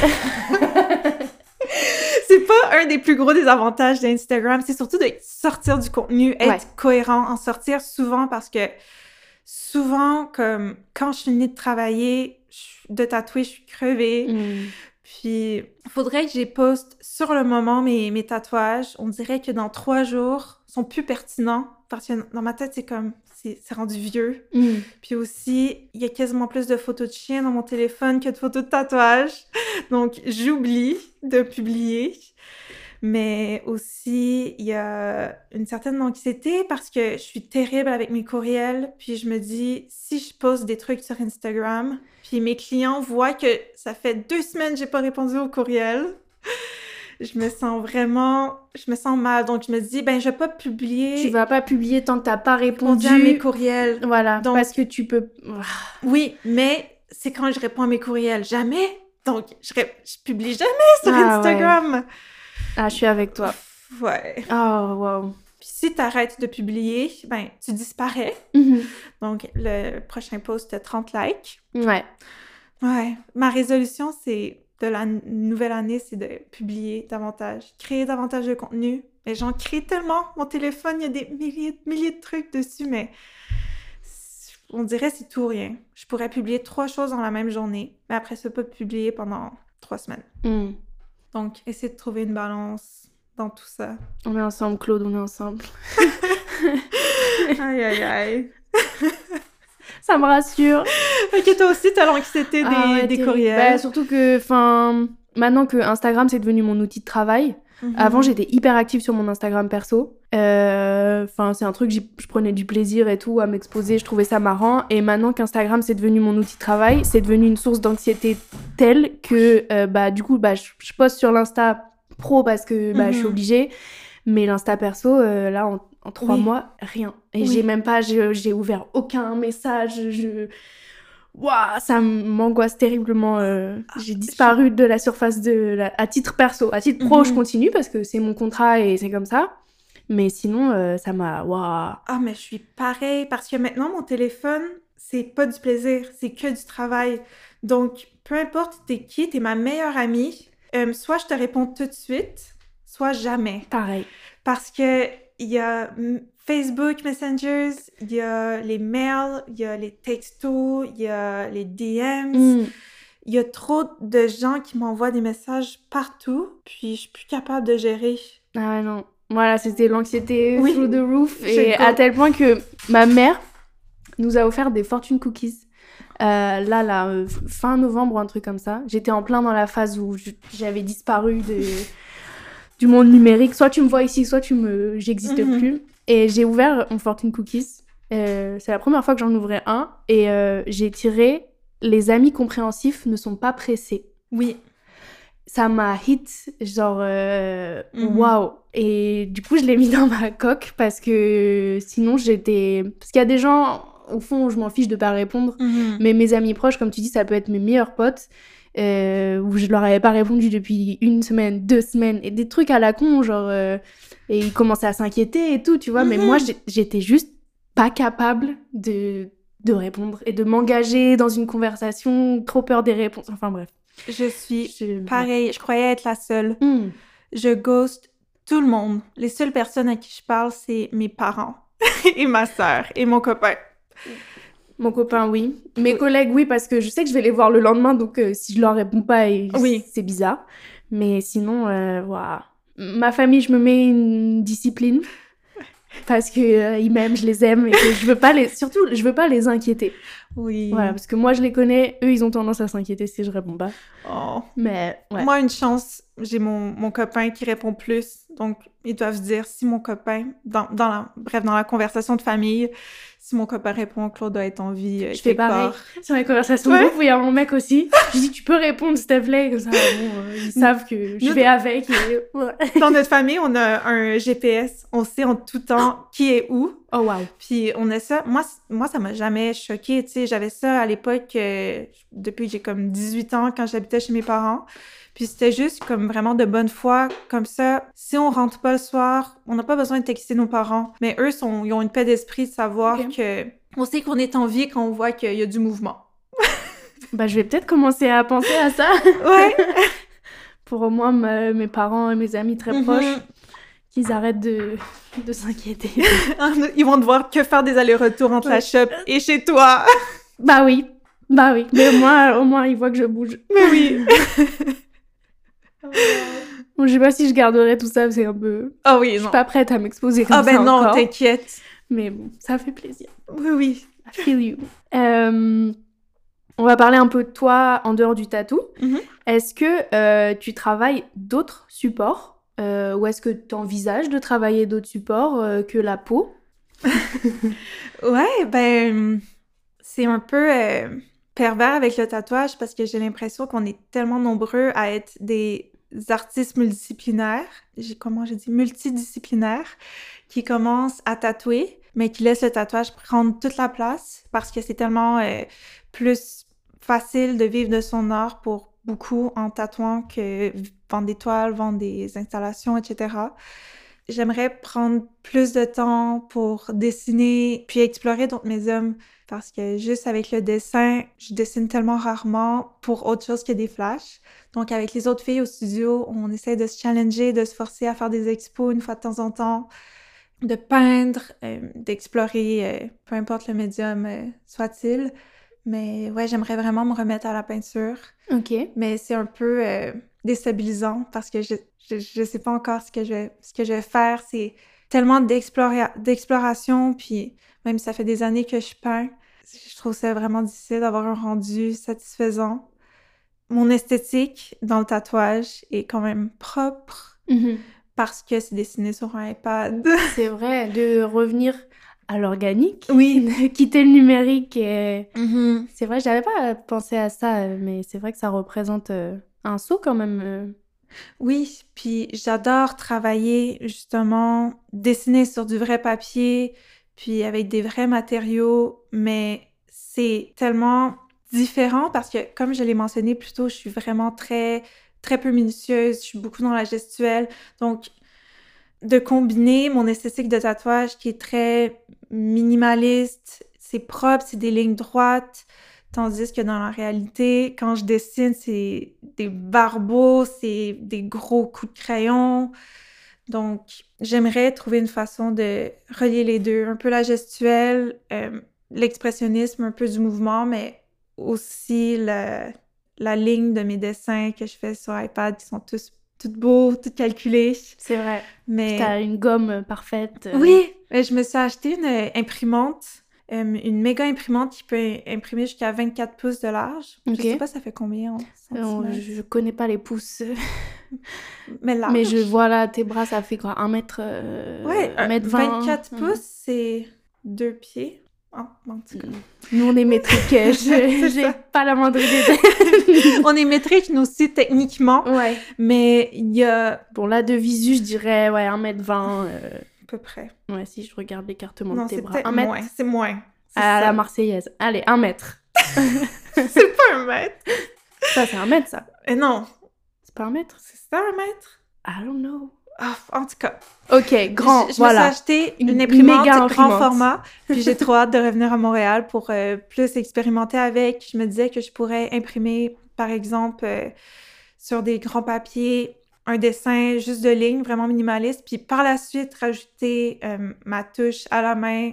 C'est pas un des plus gros désavantages d'Instagram, c'est surtout de sortir du contenu, être cohérent, en sortir souvent, parce que souvent, comme quand je finis de travailler, de tatouer, je suis crevée. Puis, il faudrait que j'y poste sur le moment mes tatouages. On dirait que dans 3 jours, ils sont plus pertinents, parce que dans ma tête, c'est rendu vieux. Puis aussi, il y a quasiment plus de photos de chiens dans mon téléphone que de photos de tatouages. Donc, j'oublie de publier. Mais aussi, il y a une certaine anxiété parce que je suis terrible avec mes courriels. Puis je me dis, si je poste des trucs sur Instagram, puis mes clients voient que ça fait 2 semaines que j'ai pas répondu aux courriels, je me sens mal. Donc je me dis, ben je vais pas publier. Tu vas pas publier tant que t'as pas répondu à mes courriels. Voilà, donc, parce que tu peux... Oui, mais c'est quand je réponds à mes courriels. Jamais. Donc, je publie jamais sur Instagram. Ouais. Ah, je suis avec toi. Ouais. Oh, wow. Puis si t'arrêtes de publier, ben, tu disparais. Donc, le prochain post a 30 likes. Ouais. Ouais. Ma résolution, c'est de la nouvelle année, c'est de publier davantage, créer davantage de contenu. Mais j'en crée tellement. Mon téléphone, il y a des milliers de trucs dessus, mais on dirait c'est tout ou rien. Je pourrais publier 3 choses dans la même journée, mais après ça, pas publier pendant 3 semaines. Donc, essayer de trouver une balance dans tout ça. On est ensemble, Claude, on est ensemble. Aïe, aïe, aïe. Ça me rassure. Ok, toi aussi, t'as l'anxiété des courriels. Bah, surtout que, maintenant que Instagram, c'est devenu mon outil de travail. Avant, j'étais hyper active sur mon Instagram perso. C'est un truc, je prenais du plaisir et tout à m'exposer, je trouvais ça marrant. Et maintenant qu'Instagram, c'est devenu mon outil de travail, c'est devenu une source d'anxiété telle que, du coup, je poste sur l'Insta pro parce que je suis obligée. Mais l'Insta perso, là, en 3 mois, rien. Et j'ai ouvert aucun message. Waouh, ça m'angoisse terriblement. J'ai disparu de la surface à titre perso. À titre pro, je continue parce que c'est mon contrat et c'est comme ça. Mais sinon, ça m'a... Waouh. Ah, mais je suis pareil parce que maintenant, mon téléphone, c'est pas du plaisir, c'est que du travail. Donc, peu importe t'es qui, t'es ma meilleure amie, soit je te réponds tout de suite, soit jamais. Pareil. Parce que il y a Facebook Messengers, il y a les mails, il y a les textos, il y a les DMs. Il y a trop de gens qui m'envoient des messages partout, puis je suis plus capable de gérer. Ah ouais, non. Voilà, c'était l'anxiété through the roof. Et à tel point que ma mère nous a offert des fortune cookies. Fin novembre ou un truc comme ça. J'étais en plein dans la phase où j'avais disparu du monde numérique. Soit tu me vois ici, soit j'existe plus. Et j'ai ouvert mon fortune cookies. C'est la première fois que j'en ouvrais un. Et j'ai tiré « Les amis compréhensifs ne sont pas pressés ». Oui. Ça m'a hit, genre, waouh. Et du coup, je l'ai mis dans ma coque parce que sinon, Parce qu'il y a des gens, au fond, je m'en fiche de pas répondre. Mais mes amis proches, comme tu dis, ça peut être mes meilleurs potes, où je leur avais pas répondu depuis 1 semaine, 2 semaines, et des trucs à la con, genre... et ils commençaient à s'inquiéter et tout, tu vois. Mais moi, j'étais juste pas capable de répondre et de m'engager dans une conversation, trop peur des réponses, enfin bref. Je suis pareil, je croyais être la seule. Je ghost tout le monde. Les seules personnes à qui je parle, c'est mes parents et ma sœur et mon copain. Mon copain, oui. Mes collègues, oui, parce que je sais que je vais les voir le lendemain, donc si je leur réponds pas, c'est bizarre. Mais sinon, waouh. Ma famille, je me mets une discipline parce que ils m'aiment, je les aime et que je veux pas les inquiéter. Oui. Voilà, parce que moi je les connais, eux ils ont tendance à s'inquiéter si je réponds pas. Oh. Mais ouais. Moi, une chance, j'ai mon copain qui répond plus, donc ils doivent dire si mon copain, dans la conversation de famille, si mon copain répond, Claude doit être en vie. Je fais pareil. Sur les conversations de groupe, il y a mon mec aussi. Je dis tu peux répondre s'il te plaît, comme ça ils savent que je vais avec. Dans notre famille, on a un GPS, on sait en tout temps qui est où. Oh wow. Puis on a ça, moi ça m'a jamais choquée, tu sais, j'avais ça à l'époque, depuis que j'ai comme 18 ans, quand j'habitais chez mes parents. Puis c'était juste comme vraiment de bonne foi, comme ça, si on rentre pas le soir, on n'a pas besoin de texter nos parents. Mais eux, ils ont une paix d'esprit de savoir que on sait qu'on est en vie quand on voit qu'il y a du mouvement. Je vais peut-être commencer à penser à ça. Ouais. Pour au moins mes parents et mes amis très proches, qu'ils arrêtent de s'inquiéter. Ils vont devoir que faire des allers-retours entre la shop et chez toi. Bah oui. Mais au moins ils voient que je bouge. Mais oui. Bon, je sais pas si je garderai tout ça, c'est un peu... Ah oui, non. Je suis pas prête à m'exposer comme ça ben non, encore. t'inquiète. Mais bon, ça fait plaisir. Oui. I feel you. On va parler un peu de toi en dehors du tatou. Est-ce que tu travailles d'autres supports ou est-ce que tu envisages de travailler d'autres supports que la peau? Ouais, c'est un peu pervers avec le tatouage parce que j'ai l'impression qu'on est tellement nombreux à être des artistes multidisciplinaires, multidisciplinaires, qui commencent à tatouer, mais qui laissent le tatouage prendre toute la place parce que c'est tellement plus facile de vivre de son art pour beaucoup en tatouant que vendre des toiles, vendre des installations, etc. j'aimerais prendre plus de temps pour dessiner puis explorer d'autres médiums parce que juste avec le dessin, je dessine tellement rarement pour autre chose que des flashs. Donc avec les autres filles au studio, on essaie de se challenger, de se forcer à faire des expos une fois de temps en temps, de peindre, d'explorer, peu importe le médium soit-il. Mais ouais, j'aimerais vraiment me remettre à la peinture. Ok. Mais c'est un peu déstabilisant parce que je sais pas encore ce que je vais faire. C'est tellement d'exploration, puis même si ça fait des années que je peins, je trouve ça vraiment difficile d'avoir un rendu satisfaisant. Mon esthétique dans le tatouage est quand même propre parce que c'est dessiné sur un iPad. C'est vrai, de revenir à l'organique, Oui. de quitter le numérique. Et... Mm-hmm. C'est vrai, j'avais pas pensé à ça, mais c'est vrai que ça représente un saut quand même. Oui, puis j'adore travailler justement, dessiner sur du vrai papier, puis avec des vrais matériaux, mais c'est tellement différent parce que, comme je l'ai mentionné plus tôt, je suis vraiment très, très peu minutieuse, je suis beaucoup dans la gestuelle, donc de combiner mon esthétique de tatouage qui est très minimaliste, c'est propre, c'est des lignes droites, tandis que dans la réalité, quand je dessine, c'est des barbeaux, c'est des gros coups de crayon. Donc, j'aimerais trouver une façon de relier les deux, un peu la gestuelle, l'expressionnisme, un peu du mouvement, mais aussi la ligne de mes dessins que je fais sur iPad qui sont tous beaux, tout calculés. C'est vrai. Mais t'as une gomme parfaite. Oui, je me suis acheté une imprimante, une méga imprimante qui peut imprimer jusqu'à 24 pouces de large. Ok. Je sais pas ça fait combien en centimètres. Je connais pas les pouces. Mais large. Mais je vois là, tes bras, ça fait quoi? 1 mètre, Ouais, 1 mètre 20. 24 pouces, c'est 2 pieds. Oh, en tout cas. Nous, on est métriques. J'ai ça. pas la moindre idée. On est métriques, nous aussi, techniquement. Ouais. Mais il y a... Bon, là, de visu, je dirais, ouais, 1 mètre 20. À peu près. Ouais, si je regarde l'écartement Non, de tes c'est bras. peut-être 1 mètre. moins. C'est moins. C'est À ça. la Marseillaise. Allez, 1 mètre. C'est pas 1 mètre. Ça, c'est 1 mètre, ça. Non. C'est pas 1 mètre? C'est ça 1 mètre? I don't know. Ah, en tout cas. Ok, grand, Je voilà. me suis acheté une Une imprimante méga grand imprimante. format, puis j'ai trop hâte de revenir à Montréal pour plus expérimenter avec. Je me disais que je pourrais imprimer, par exemple, sur des grands papiers, un dessin juste de lignes, vraiment minimaliste, puis par la suite, rajouter ma touche à la main,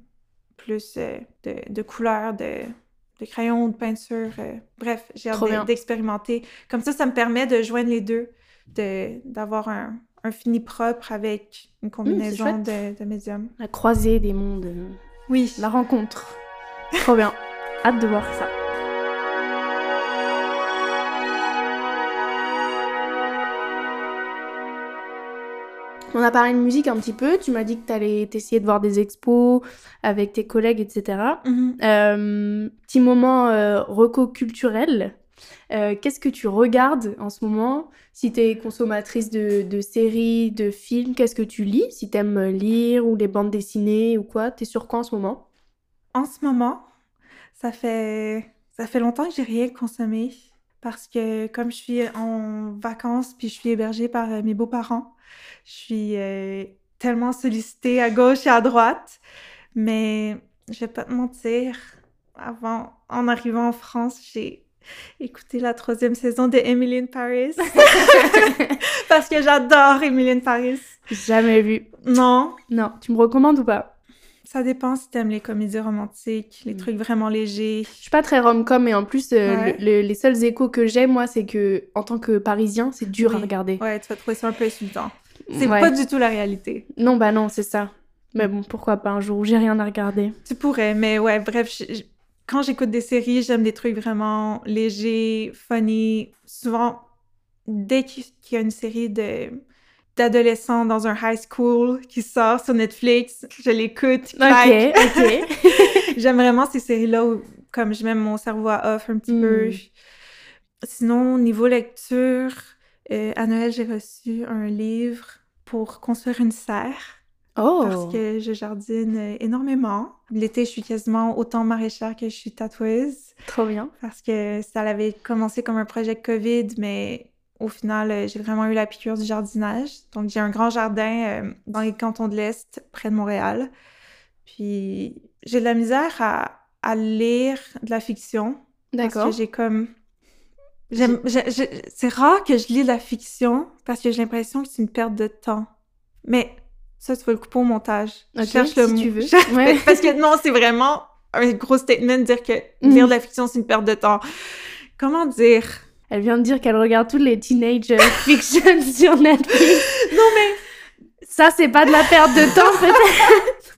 plus de couleurs, de crayons, de peinture. Bref, j'ai Trop bien. hâte d'expérimenter. Comme ça me permet de joindre les deux, d'avoir un fini propre avec une combinaison de médiums. La croisée des mondes. Oui. La rencontre. Trop bien. Hâte de voir ça. On a parlé de musique un petit peu. Tu m'as dit que tu allais t'essayer de voir des expos avec tes collègues, etc. Petit moment reco culturel. Qu'est-ce que tu regardes en ce moment? Si tu es consommatrice de séries, de films, qu'est-ce que tu lis? Si tu aimes lire ou les bandes dessinées ou quoi, t'es sur quoi en ce moment? En ce moment, ça fait longtemps que j'ai rien consommé parce que comme je suis en vacances puis je suis hébergée par mes beaux-parents, je suis tellement sollicitée à gauche et à droite. Mais je vais pas te mentir, en arrivant en France, j'ai écouté la 3e saison de Emily in Paris parce que j'adore Emily in Paris. Jamais vu. Non, Non, tu me recommandes ou pas? ça dépend si t'aimes les comédies romantiques, les trucs vraiment légers. Je suis pas très rom-com et en plus, Ouais. les seuls échos que j'ai, moi, c'est que en tant que Parisien, c'est dur à Oui. regarder. Ouais, tu vas trouver ça un peu insultant. C'est Ouais. pas du tout la réalité. Non, bah non, c'est ça. Mais bon, pourquoi pas un jour où j'ai rien à regarder. Tu pourrais, mais ouais, bref, quand j'écoute des séries, j'aime des trucs vraiment légers, funny. Souvent, dès qu'il y a une série d'adolescents dans un high school qui sort sur Netflix, je l'écoute, claque. Ok. J'aime vraiment ces séries-là où, comme je mets mon cerveau à off un petit peu. Sinon, niveau lecture, à Noël, j'ai reçu un livre pour construire une serre. Oh! Parce que je jardine énormément. L'été, je suis quasiment autant maraîchère que je suis tatoueuse. Trop bien. Parce que ça avait commencé comme un projet COVID, mais au final, j'ai vraiment eu la piqûre du jardinage. Donc, j'ai un grand jardin dans les cantons de l'Est, près de Montréal. Puis, j'ai de la misère à lire de la fiction. D'accord. Parce que j'ai comme... C'est rare que je lis de la fiction parce que j'ai l'impression que c'est une perte de temps. Mais ça, tu vas le couper au montage. Ok, Je cherche le si mot. tu veux. Ouais. Parce que non, c'est vraiment un gros statement de dire que lire de la fiction, c'est une perte de temps. Comment dire? Elle vient de dire qu'elle regarde toutes les teenage fiction sur Netflix. Non, mais... Ça, c'est pas de la perte de temps, peut-être?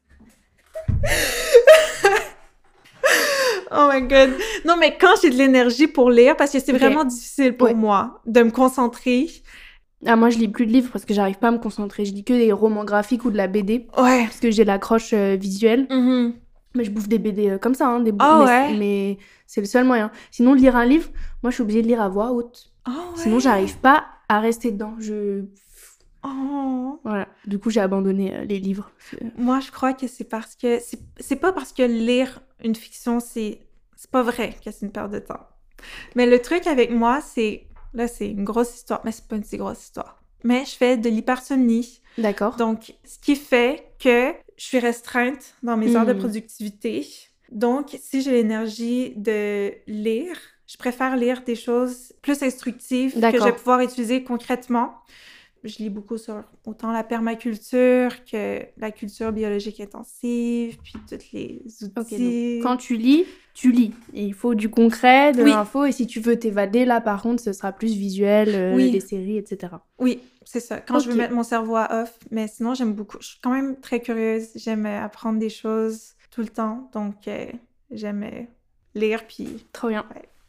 Oh my God. Non, mais quand j'ai de l'énergie pour lire, parce que c'est vraiment difficile pour moi de me concentrer. Ah, moi, je lis plus de livres parce que j'arrive pas à me concentrer. Je lis que des romans graphiques ou de la BD. Ouais. Parce que j'ai l'accroche visuelle. Mm-hmm. Mais je bouffe des BD comme ça, hein, mais c'est le seul moyen. Sinon, lire un livre, moi, je suis obligée de lire à voix haute. Oh, ouais. Sinon, j'arrive pas à rester dedans. Oh. Voilà. Du coup, j'ai abandonné les livres. Moi, je crois que c'est parce que... C'est pas parce que lire une fiction, c'est pas vrai que c'est une perte de temps. Mais le truc avec moi, c'est... Là, c'est une grosse histoire, mais c'est pas une si grosse histoire. Mais je fais de l'hypersomnie. D'accord. Donc, ce qui fait que je suis restreinte dans mes heures de productivité. Donc, si j'ai l'énergie de lire, je préfère lire des choses plus instructives que je vais pouvoir utiliser concrètement. Je lis beaucoup sur autant la permaculture que la culture biologique intensive, puis tous les outils. Okay, donc, quand tu lis, Et il faut du concret, de l'info, et si tu veux t'évader, là, par contre, ce sera plus visuel, des séries, etc. Oui, c'est ça. Quand je veux mettre mon cerveau à off, mais sinon, j'aime beaucoup. Je suis quand même très curieuse. J'aime apprendre des choses tout le temps, donc j'aime lire, puis... Trop bien.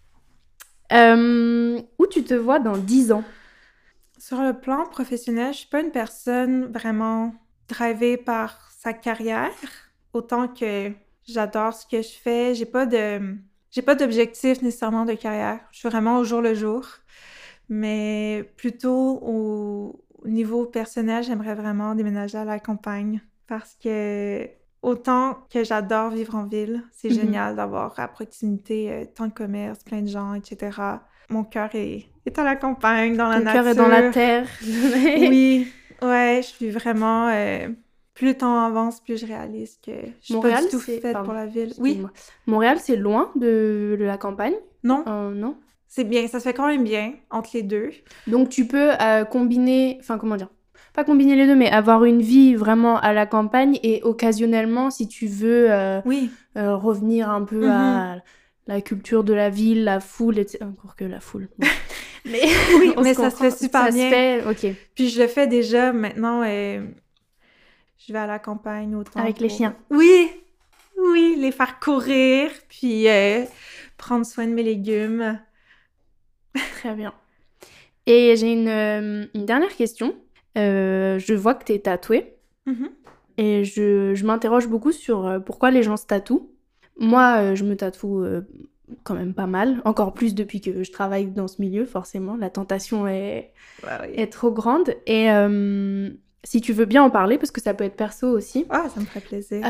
Ouais. Où tu te vois dans 10 ans? Sur le plan professionnel, je suis pas une personne vraiment drivée par sa carrière, autant que j'adore ce que je fais. J'ai pas d'objectif nécessairement de carrière. Je suis vraiment au jour le jour. Mais plutôt au niveau personnel, j'aimerais vraiment déménager à la campagne parce que autant que j'adore vivre en ville, c'est génial d'avoir à proximité tant de commerces, plein de gens, etc. Mon cœur est à la campagne, dans la nature. Ton cœur est dans la terre. Oui, ouais, je suis vraiment... plus le temps avance, plus je réalise que je suis pas du tout faite pour la ville. Oui. Montréal, c'est loin de la campagne? Non. Non. C'est bien, ça se fait quand même bien entre les deux. Donc tu peux combiner... Enfin, comment dire? Pas combiner les deux, mais avoir une vie vraiment à la campagne et occasionnellement, si tu veux revenir un peu à la culture de la ville, la foule, etc. Encore que la foule. Bon. Mais oui, mais ça se fait super bien. Ça se fait, ok. Puis je le fais déjà maintenant. Je vais à la campagne autant. Avec les chiens. Oui, les faire courir, puis prendre soin de mes légumes. Très bien. Et j'ai une dernière question. Je vois que tu es tatouée. Et je m'interroge beaucoup sur pourquoi les gens se tatouent. Moi, je me tatoue quand même pas mal. Encore plus depuis que je travaille dans ce milieu, forcément. La tentation est trop grande. Et si tu veux bien en parler, parce que ça peut être perso aussi. Ah, ça me ferait plaisir.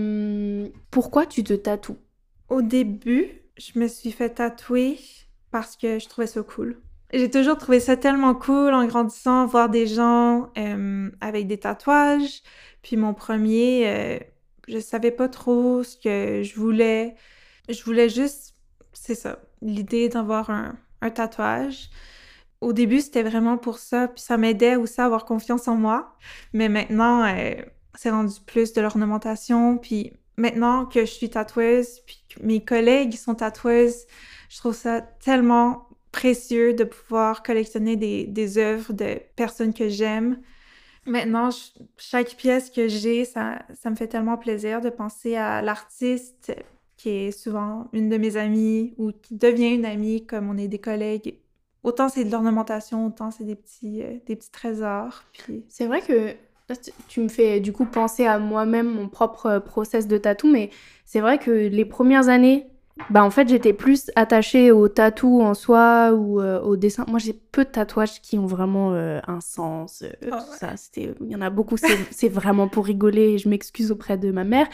Pourquoi tu te tatoues? Au début, je me suis fait tatouer parce que je trouvais ça cool. J'ai toujours trouvé ça tellement cool en grandissant, voir des gens avec des tatouages. Puis mon premier, je savais pas trop ce que je voulais. Je voulais juste, c'est ça, l'idée d'avoir un tatouage. Au début, c'était vraiment pour ça, puis ça m'aidait aussi à avoir confiance en moi. Mais maintenant, c'est rendu plus de l'ornementation. Puis maintenant que je suis tatoueuse, puis que mes collègues sont tatoueuses, je trouve ça tellement précieux de pouvoir collectionner des œuvres de personnes que j'aime. Maintenant, chaque pièce que j'ai, ça me fait tellement plaisir de penser à l'artiste qui est souvent une de mes amies ou qui devient une amie comme on est des collègues. Autant c'est de l'ornementation, autant c'est des petits trésors. Puis... C'est vrai que tu me fais du coup penser à moi-même, mon propre process de tatou, mais c'est vrai que les premières années, en fait, j'étais plus attachée au tatou en soi ou au dessin. Moi, j'ai peu de tatouages qui ont vraiment un sens. Tout ça, il y en a beaucoup, c'est vraiment pour rigoler. Je m'excuse auprès de ma mère.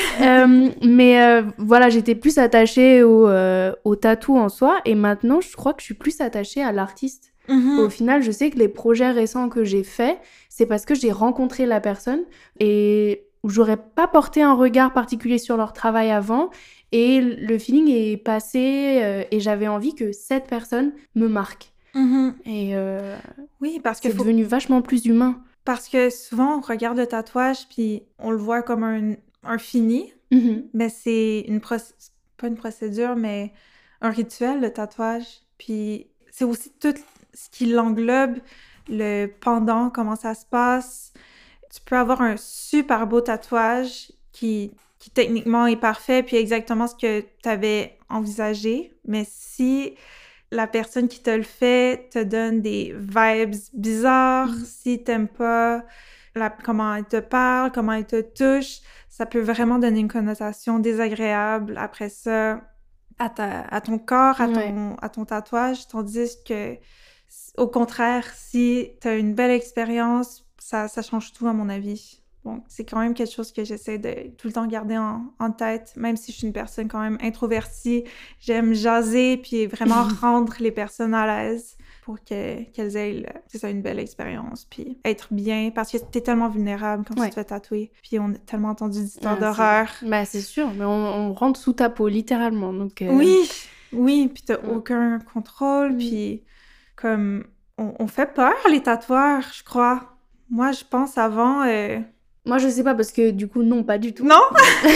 Mais voilà, j'étais plus attachée au tatou en soi. Et maintenant, je crois que je suis plus attachée à l'artiste. Au final, je sais que les projets récents que j'ai faits, c'est parce que j'ai rencontré la personne et j'aurais pas porté un regard particulier sur leur travail avant et le feeling est passé et j'avais envie que cette personne me marque. Et Oui, parce que c'est devenu vachement plus humain. Parce que souvent, on regarde le tatouage puis on le voit comme un fini, mais c'est pas une procédure, mais un rituel, le tatouage. Puis c'est aussi tout ce qui l'englobe, le pendant, comment ça se passe. Tu peux avoir un super beau tatouage qui techniquement est parfait, puis exactement ce que tu avais envisagé, mais si la personne qui te le fait te donne des vibes bizarres, si t'aimes pas comment elle te parle, comment elle te touche, ça peut vraiment donner une connotation désagréable après ça à ton corps, à ton tatouage, tandis que, au contraire, si t'as une belle expérience, ça change tout à mon avis. Donc, c'est quand même quelque chose que j'essaie de tout le temps garder en tête, même si je suis une personne quand même introvertie. J'aime jaser puis vraiment rendre les personnes à l'aise pour qu'elles aient une belle expérience puis être bien, parce que t'es tellement vulnérable quand tu te fais tatouer. Puis on a tellement entendu d'histoires d'horreur. C'est sûr, mais on rentre sous ta peau, littéralement. Donc, Oui, puis t'as aucun contrôle, puis comme on fait peur, les tatoueurs, je crois. Moi, je pense avant... Moi, je sais pas, parce que du coup, non, pas du tout. Non?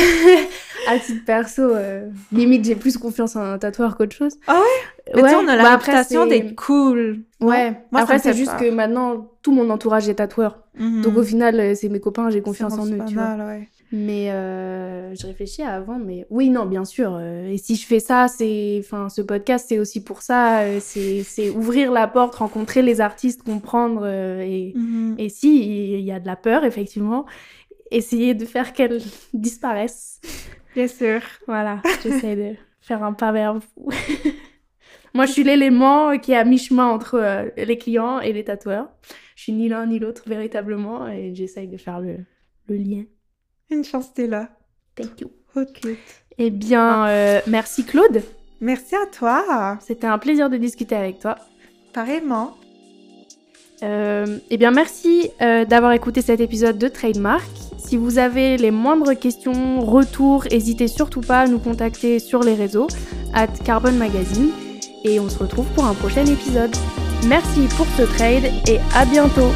À titre perso, limite, j'ai plus confiance en un tatoueur qu'autre chose. Ah ouais? Mais tu sais, on a la réputation d'être cool. Ouais. Moi, après, c'est juste que maintenant, tout mon entourage est tatoueur. Donc, au final, c'est mes copains, j'ai confiance en eux, tu vois. Ouais. Mais je réfléchis à avant, mais oui, non, bien sûr. Et si je fais ça, ce podcast, c'est aussi pour ça. C'est ouvrir la porte, rencontrer les artistes, comprendre. Et si il y a de la peur, effectivement, essayer de faire qu'elle disparaisse. Bien sûr. Voilà, j'essaie de faire un pas vers vous. Moi, je suis l'élément qui est à mi-chemin entre les clients et les tatoueurs. Je suis ni l'un ni l'autre, véritablement, et j'essaye de faire le lien. Une chance, t'es là. Thank you. Ok. Eh bien, merci Claude. Merci à toi. C'était un plaisir de discuter avec toi. Pareillement. Eh bien, merci d'avoir écouté cet épisode de Trademark. Si vous avez les moindres questions, retours, n'hésitez surtout pas à nous contacter sur les réseaux @Carbon Magazine. Et on se retrouve pour un prochain épisode. Merci pour ce trade et à bientôt.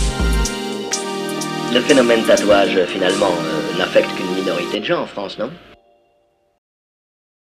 Le phénomène tatouage, finalement, n'affecte qu'une minorité de gens en France, non ?